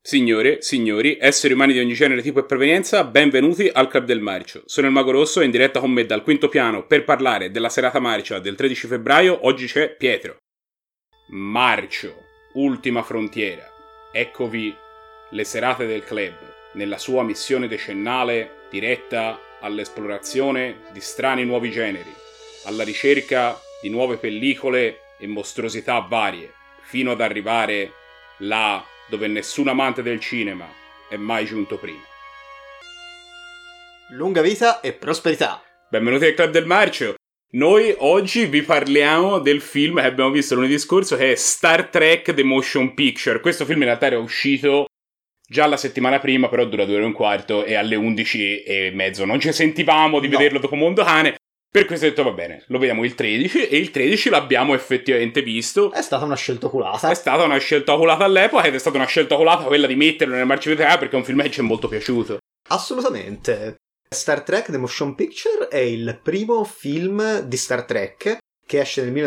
Signore, signori, esseri umani di ogni genere, tipo e provenienza, benvenuti al Club del Marcio. Sono il Mago Rosso e in diretta con me dal quinto piano per parlare della serata marcia del 13 febbraio. Oggi c'è Pietro. Marcio, ultima frontiera. Eccovi le serate del club, nella sua missione decennale diretta all'esplorazione di strani nuovi generi, alla ricerca di nuove pellicole e mostruosità varie, fino ad arrivare là dove nessun amante del cinema è mai giunto prima. Lunga vita e prosperità. Benvenuti al Club del Marcio. Noi oggi vi parliamo del film che abbiamo visto lunedì scorso, che è Star Trek The Motion Picture. Questo film in realtà era uscito già la settimana prima, però dura 2 ore e un quarto e alle 11:30 non ci sentivamo di vederlo dopo Mondo Cane. Per questo ho detto va bene, lo vediamo il 13 e il 13 l'abbiamo effettivamente visto. È stata una scelta oculata. È stata una scelta oculata all'epoca ed è stata una scelta oculata quella di metterlo nel marcio veterano perché è un film che ci è molto piaciuto. Assolutamente. Star Trek The Motion Picture è il primo film di Star Trek che esce nel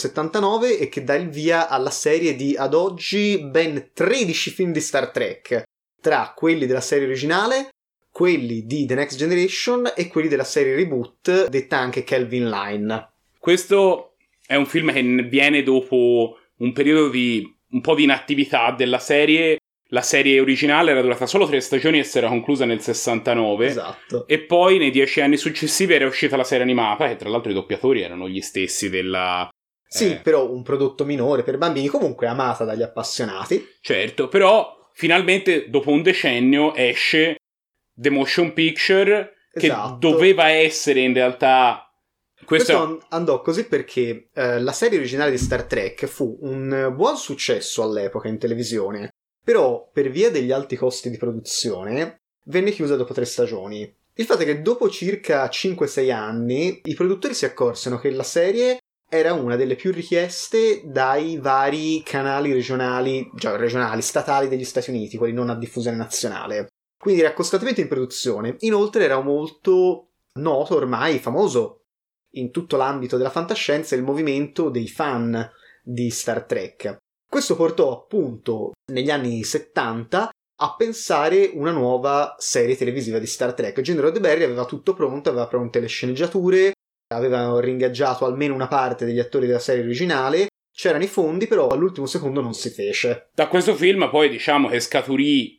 1979 e che dà il via alla serie di ad oggi ben 13 film di Star Trek, tra quelli della serie originale, quelli di The Next Generation e quelli della serie reboot, detta anche Kelvin Line. Questo è un film che viene dopo un periodo di un po' di inattività della serie. La serie originale era durata solo 3 stagioni e si era conclusa nel 69. Esatto. E poi nei 10 anni successivi era uscita la serie animata, che tra l'altro i doppiatori erano gli stessi della... Sì, però un prodotto minore per bambini, comunque amata dagli appassionati. Certo, però finalmente dopo un decennio esce The Motion Picture, che doveva essere in realtà... Questo andò così perché la serie originale di Star Trek fu un buon successo all'epoca in televisione, però per via degli alti costi di produzione venne chiusa dopo 3 stagioni. Il fatto è che dopo circa 5-6 anni i produttori si accorsero che la serie era una delle più richieste dai vari canali regionali, statali degli Stati Uniti, quelli non a diffusione nazionale. Quindi era costantemente in produzione. Inoltre era molto noto, ormai famoso in tutto l'ambito della fantascienza, il movimento dei fan di Star Trek. Questo portò appunto negli anni 70 a pensare una nuova serie televisiva di Star Trek. Gene Roddenberry aveva tutto pronto, aveva pronte le sceneggiature, aveva ringaggiato almeno una parte degli attori della serie originale, c'erano i fondi, però all'ultimo secondo non si fece. Da questo film poi diciamo che scaturì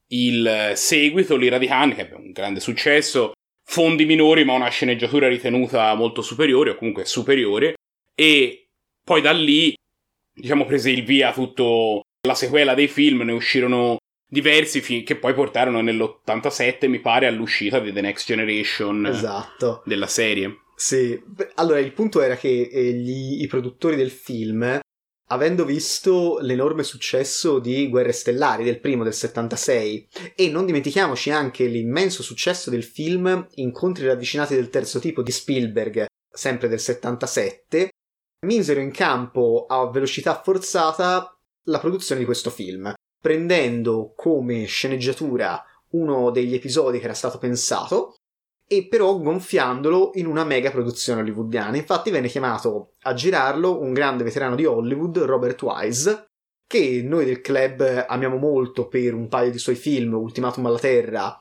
il seguito, l'Ira di Khan, che è un grande successo, fondi minori ma una sceneggiatura ritenuta molto superiore, o comunque superiore, e poi da lì diciamo prese il via tutto la sequela dei film, ne uscirono diversi che poi portarono nell'87 mi pare all'uscita di The Next Generation. Esatto. Della serie. Sì, allora il punto era che i produttori del film, avendo visto l'enorme successo di Guerre Stellari, del primo, del 76, e non dimentichiamoci anche l'immenso successo del film Incontri ravvicinati del terzo tipo di Spielberg, sempre del 77, misero in campo a velocità forzata la produzione di questo film, prendendo come sceneggiatura uno degli episodi che era stato pensato e però gonfiandolo in una mega produzione hollywoodiana. Infatti venne chiamato a girarlo un grande veterano di Hollywood, Robert Wise, che noi del club amiamo molto per un paio di suoi film, Ultimatum alla Terra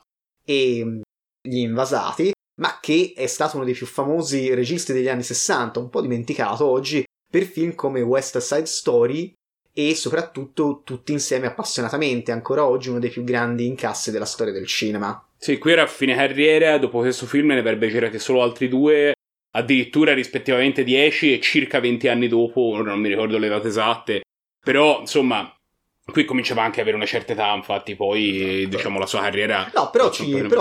e Gli Invasati, ma che è stato uno dei più famosi registi degli anni 60, un po' dimenticato oggi, per film come West Side Story e soprattutto Tutti insieme appassionatamente, ancora oggi uno dei più grandi incassi della storia del cinema. Sì, qui era a fine carriera, dopo questo film ne avrebbe girati solo altri 2, addirittura rispettivamente 10 e circa 20 anni dopo, ora non mi ricordo le date esatte, però insomma qui cominciava anche ad avere una certa età, infatti poi diciamo la sua carriera... No, però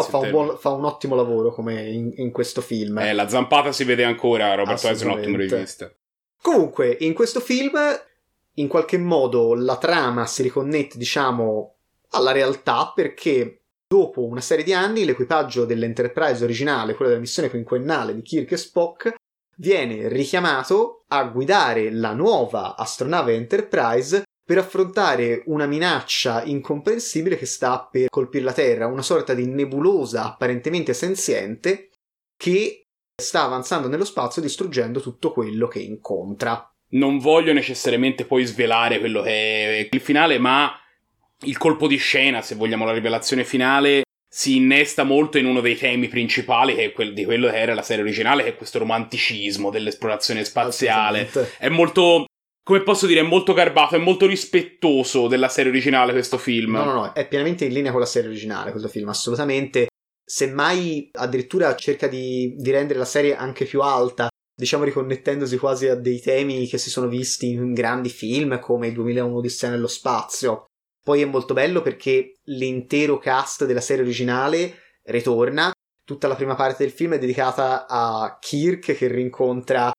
fa un ottimo lavoro come in questo film. La zampata si vede ancora, Robert Wise è un ottimo regista. Comunque, in questo film, in qualche modo, la trama si riconnette, diciamo, alla realtà, perché dopo una serie di anni l'equipaggio dell'Enterprise originale, quella della missione quinquennale di Kirk e Spock, viene richiamato a guidare la nuova astronave Enterprise per affrontare una minaccia incomprensibile che sta per colpire la Terra, una sorta di nebulosa apparentemente senziente che sta avanzando nello spazio distruggendo tutto quello che incontra. Non voglio necessariamente poi svelare quello che è il finale, ma il colpo di scena, se vogliamo la rivelazione finale, si innesta molto in uno dei temi principali, che è di quello che era la serie originale, che è questo romanticismo dell'esplorazione spaziale. È molto, come posso dire, è molto garbato, è molto rispettoso della serie originale questo film. No, è pienamente in linea con la serie originale questo film, assolutamente. Semmai addirittura cerca di rendere la serie anche più alta, diciamo riconnettendosi quasi a dei temi che si sono visti in grandi film come 2001 Odissea nello spazio. Poi è molto bello perché l'intero cast della serie originale ritorna. Tutta la prima parte del film è dedicata a Kirk che rincontra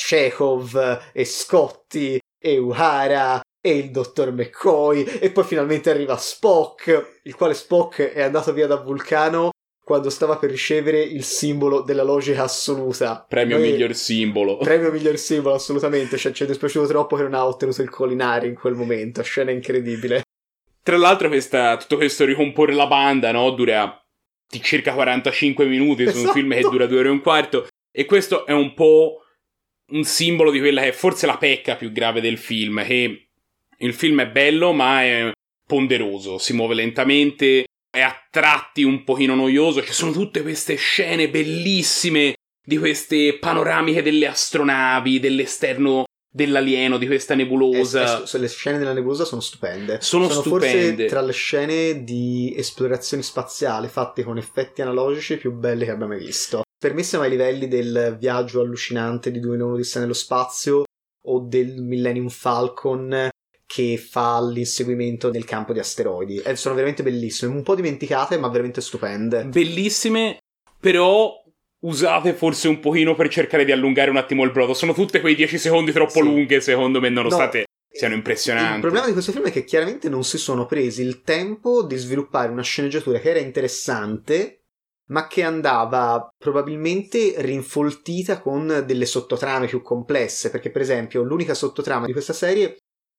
Chekhov e Scotty e Uhura e il dottor McCoy, e poi finalmente arriva Spock, il quale Spock è andato via da Vulcano quando stava per ricevere il simbolo della logica assoluta. Miglior simbolo. Premio miglior simbolo, assolutamente. Ci è dispiaciuto troppo che non ha ottenuto il Colinari in quel momento. Scena incredibile. Tra l'altro tutto questo ricomporre la banda, no? Dura di circa 45 minuti su un film che dura 2 ore e un quarto. E questo è un po' un simbolo di quella che è forse la pecca più grave del film. Che il film è bello, ma è ponderoso. Si muove lentamente, è a tratti un pochino noioso. Ci sono tutte queste scene bellissime di queste panoramiche delle astronavi, dell'esterno dell'alieno, di questa nebulosa. Le scene della nebulosa sono stupende. Sono stupende. Forse tra le scene di esplorazione spaziale fatte con effetti analogici più belle che abbiamo mai visto. Per me siamo ai livelli del viaggio allucinante di 2001 Odissea nello spazio o del Millennium Falcon che fa l'inseguimento nel campo di asteroidi. Sono veramente bellissime, un po' dimenticate ma veramente stupende. Bellissime, però usate forse un pochino per cercare di allungare un attimo il brodo. Sono tutte quei 10 secondi troppo lunghe, secondo me, nonostante siano impressionanti. Il problema di questo film è che chiaramente non si sono presi il tempo di sviluppare una sceneggiatura che era interessante, ma che andava probabilmente rinfoltita con delle sottotrame più complesse, perché per esempio l'unica sottotrama di questa serie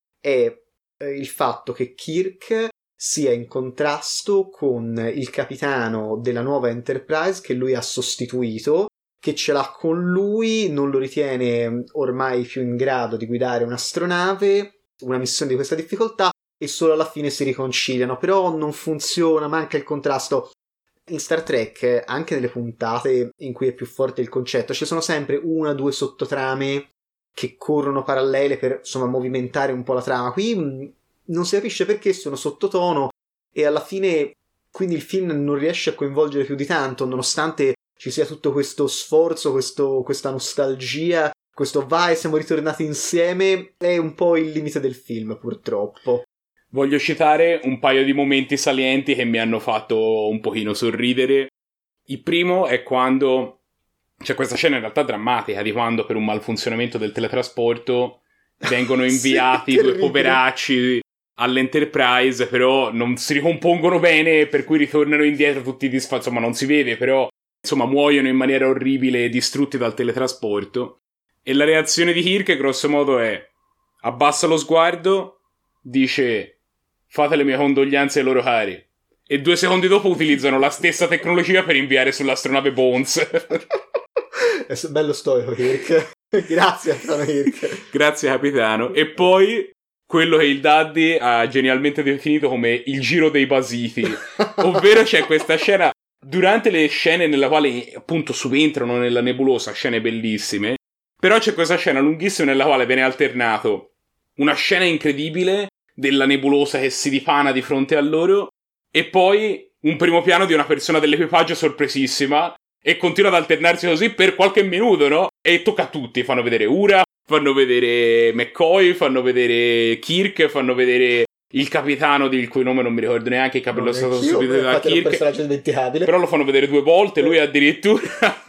è il fatto che Kirk sia in contrasto con il capitano della nuova Enterprise che lui ha sostituito, che ce l'ha con lui, non lo ritiene ormai più in grado di guidare un'astronave, una missione di questa difficoltà, e solo alla fine si riconciliano. Però non funziona, manca il contrasto. In Star Trek, anche nelle puntate in cui è più forte il concetto, ci sono sempre 1 o 2 sottotrame che corrono parallele per, insomma, movimentare un po' la trama. Qui non si capisce perché sono sottotono e alla fine quindi il film non riesce a coinvolgere più di tanto, nonostante ci sia tutto questo sforzo, questa nostalgia, questo vai, siamo ritornati insieme. È un po' il limite del film, purtroppo. Voglio citare un paio di momenti salienti che mi hanno fatto un pochino sorridere. Il primo è quando c'è questa scena in realtà drammatica di quando per un malfunzionamento del teletrasporto vengono inviati due poveracci all'Enterprise, però non si ricompongono bene, per cui ritornano indietro tutti disfatti, insomma non si vede, però insomma muoiono in maniera orribile, distrutti dal teletrasporto. E la reazione di Kirk grosso modo è: abbassa lo sguardo, dice fate le mie condoglianze ai loro cari, e 2 secondi dopo utilizzano la stessa tecnologia per inviare sull'astronave Bones. È bello stoico Kirk. Grazie capitano Kirk. Grazie capitano. E poi quello che il Daddy ha genialmente definito come il giro dei basiti, ovvero c'è questa scena durante le scene nella quale appunto subentrano nella nebulosa, scene bellissime, però c'è questa scena lunghissima nella quale viene alternato una scena incredibile della nebulosa che si dipana di fronte a loro e poi un primo piano di una persona dell'equipaggio sorpresissima, e continua ad alternarsi così per qualche minuto, no? E tocca a tutti, fanno vedere Uhura, fanno vedere McCoy, fanno vedere Kirk, fanno vedere il capitano di cui nome non mi ricordo neanche, il capello è stato sostituito da Kirk, è un personaggio indimenticabile, però lo fanno vedere 2 volte, lui addirittura.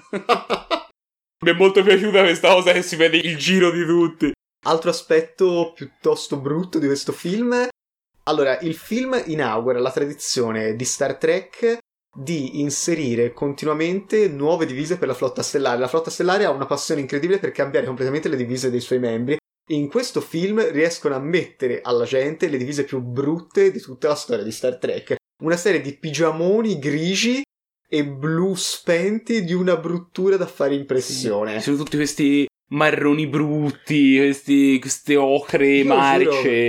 Mi è molto piaciuta questa cosa che si vede il giro di tutti. Altro aspetto piuttosto brutto di questo film: allora, il film inaugura la tradizione di Star Trek di inserire continuamente nuove divise per la flotta stellare. La flotta stellare ha una passione incredibile per cambiare completamente le divise dei suoi membri. In questo film riescono a mettere alla gente le divise più brutte di tutta la storia di Star Trek. Una serie di pigiamoni grigi e blu spenti di una bruttura da fare impressione. Ci sono tutti questi marroni brutti, queste ocre marce.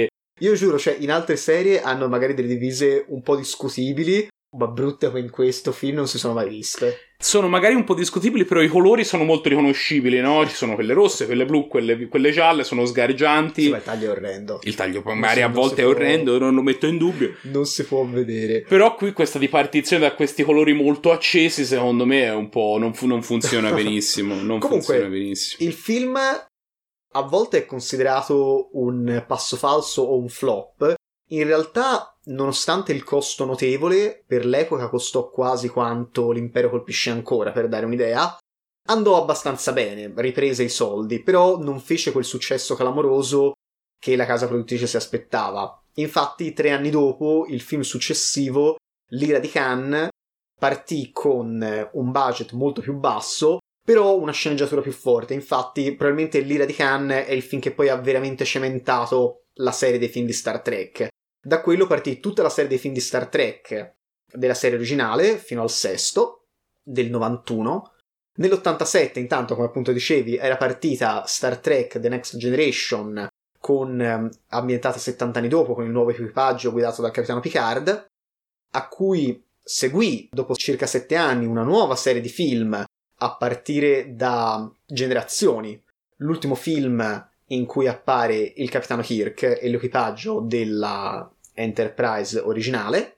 Io giuro, cioè, in altre serie hanno magari delle divise un po' discutibili, ma brutte come in questo film non si sono mai viste. Sono magari un po' discutibili, però i colori sono molto riconoscibili, no? Ci sono quelle rosse, quelle blu, quelle gialle, sono sgareggianti. Sì, ma il taglio è orrendo. Il taglio magari a volte è orrendo, non lo metto in dubbio. Non si può vedere. Però qui questa dipartizione da questi colori molto accesi, secondo me, è un po'... non funziona benissimo. Comunque, funziona benissimo. Il film a volte è considerato un passo falso o un flop. In realtà, nonostante il costo notevole, per l'epoca costò quasi quanto L'Impero colpisce ancora, per dare un'idea, andò abbastanza bene, riprese i soldi, però non fece quel successo clamoroso che la casa produttrice si aspettava. Infatti, 3 anni dopo, il film successivo, L'Ira di Cannes, partì con un budget molto più basso, però una sceneggiatura più forte. Infatti, probabilmente L'Ira di Cannes è il film che poi ha veramente cementato la serie dei film di Star Trek. Da quello partì tutta la serie dei film di Star Trek della serie originale, fino al sesto, del 91. Nell'87, intanto, come appunto dicevi, era partita Star Trek The Next Generation, ambientata 70 anni dopo, con il nuovo equipaggio guidato dal capitano Picard, a cui seguì, dopo circa 7 anni, una nuova serie di film a partire da Generazioni. L'ultimo film in cui appare il capitano Kirk e l'equipaggio della Enterprise originale,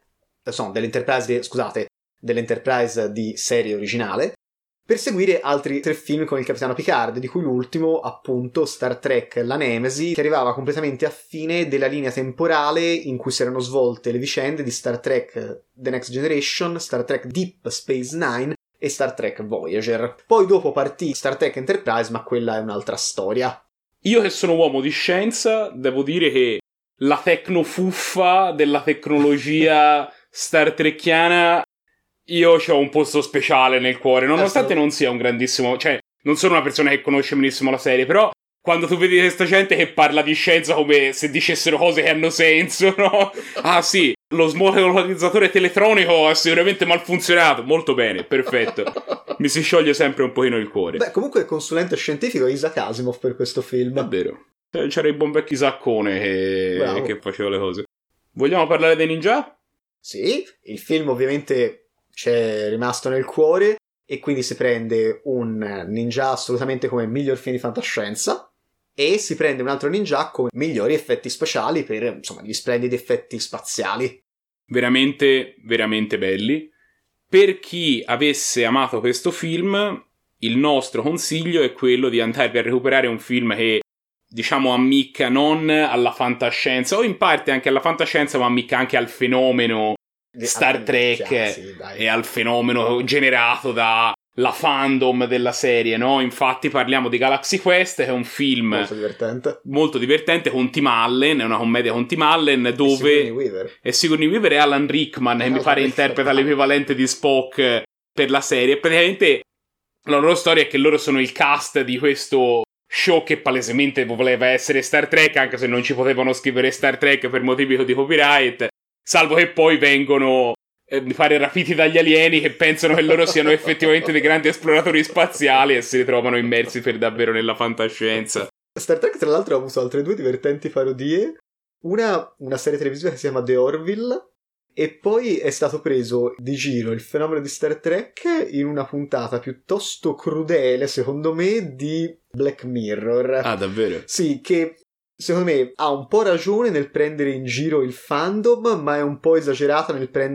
dell'Enterprise di serie originale, per seguire altri 3 film con il capitano Picard, di cui l'ultimo, appunto, Star Trek La Nemesi, che arrivava completamente a fine della linea temporale in cui si erano svolte le vicende di Star Trek The Next Generation, Star Trek Deep Space Nine e Star Trek Voyager. Poi dopo partì Star Trek Enterprise, ma quella è un'altra storia. Io che sono uomo di scienza, devo dire che la tecnofuffa della tecnologia star trekiana, io ho un posto speciale nel cuore, nonostante non sia un grandissimo... Cioè, non sono una persona che conosce benissimo la serie, però quando tu vedi questa gente che parla di scienza come se dicessero cose che hanno senso, no? Ah sì, lo smolarizzatore teletronico ha sicuramente malfunzionato. Molto bene, perfetto. Mi si scioglie sempre un pochino il cuore. Beh, comunque il consulente scientifico è Isaac Asimov per questo film. Davvero. C'era il buon vecchio Isaccone che faceva le cose. Vogliamo parlare dei ninja? Sì, il film ovviamente c'è rimasto nel cuore e quindi si prende un ninja assolutamente come miglior film di fantascienza e si prende un altro ninja come migliori effetti speciali per, insomma, gli splendidi effetti spaziali. Veramente, veramente belli. Per chi avesse amato questo film, il nostro consiglio è quello di andare a recuperare un film che, diciamo, ammicca non alla fantascienza, o in parte anche alla fantascienza, ma ammicca anche al fenomeno Star Trek, sì, e al fenomeno generato dalla fandom della serie, no? Infatti parliamo di Galaxy Quest, che è un film molto divertente con Tim Allen, è una commedia con Tim Allen dove è Sigourney Weaver e Alan Rickman, che mi pare interpreta l'equivalente di Spock per la serie. Praticamente la loro storia è che loro sono il cast di questo show che palesemente voleva essere Star Trek, anche se non ci potevano scrivere Star Trek per motivi di copyright, salvo che poi vengono, mi pare, rapiti dagli alieni che pensano che loro siano effettivamente dei grandi esploratori spaziali e si ritrovano immersi per davvero nella fantascienza. Star Trek, tra l'altro, ha avuto altre 2 divertenti parodie. Una serie televisiva che si chiama The Orville, e poi è stato preso di giro il fenomeno di Star Trek in una puntata piuttosto crudele, secondo me, di Black Mirror. Ah, davvero? Sì, che secondo me ha un po' ragione nel prendere in giro il fandom, ma è un po' esagerata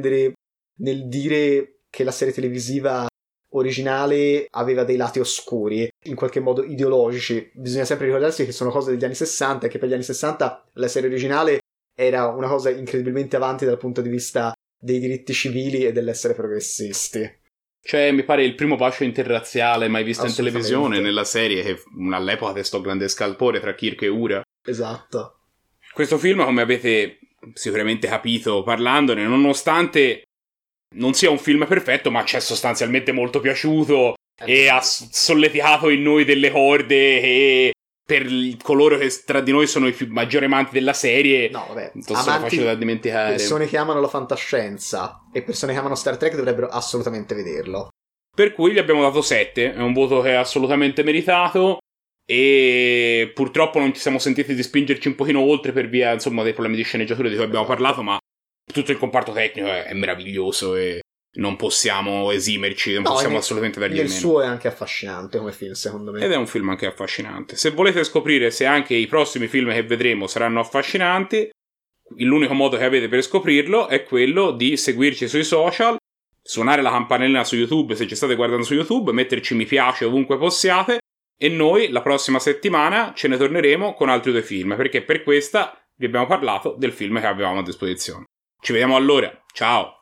nel dire che la serie televisiva originale aveva dei lati oscuri, in qualche modo ideologici. Bisogna sempre ricordarsi che sono cose degli anni 60 e che per gli anni 60 la serie originale era una cosa incredibilmente avanti dal punto di vista dei diritti civili e dell'essere progressisti. Cioè, mi pare il primo bacio interrazziale mai visto in televisione nella serie, che all'epoca destò grande scalpore tra Kirk e Uhura. Esatto. Questo film, come avete sicuramente capito parlandone, nonostante non sia un film perfetto, ma ci è sostanzialmente molto piaciuto e ha solleticato in noi delle corde e per coloro che tra di noi sono i maggiori amanti della serie, no, vabbè, sono facile da dimenticare. Persone che amano la fantascienza e persone che amano Star Trek dovrebbero assolutamente vederlo. Per cui gli abbiamo dato 7, è un voto che è assolutamente meritato. e purtroppo non ci siamo sentiti di spingerci un pochino oltre per via, insomma, dei problemi di sceneggiatura di cui abbiamo parlato, ma tutto il comparto tecnico è meraviglioso e non possiamo esimerci, non possiamo assolutamente dargli il suo è anche affascinante come film, secondo me. Ed è un film anche affascinante. Se volete scoprire se anche i prossimi film che vedremo saranno affascinanti, l'unico modo che avete per scoprirlo è quello di seguirci sui social, suonare la campanellina su YouTube se ci state guardando su YouTube, metterci mi piace ovunque possiate, e noi la prossima settimana ce ne torneremo con altri 2 film, perché per questa vi abbiamo parlato del film che avevamo a disposizione. Ci vediamo allora, ciao!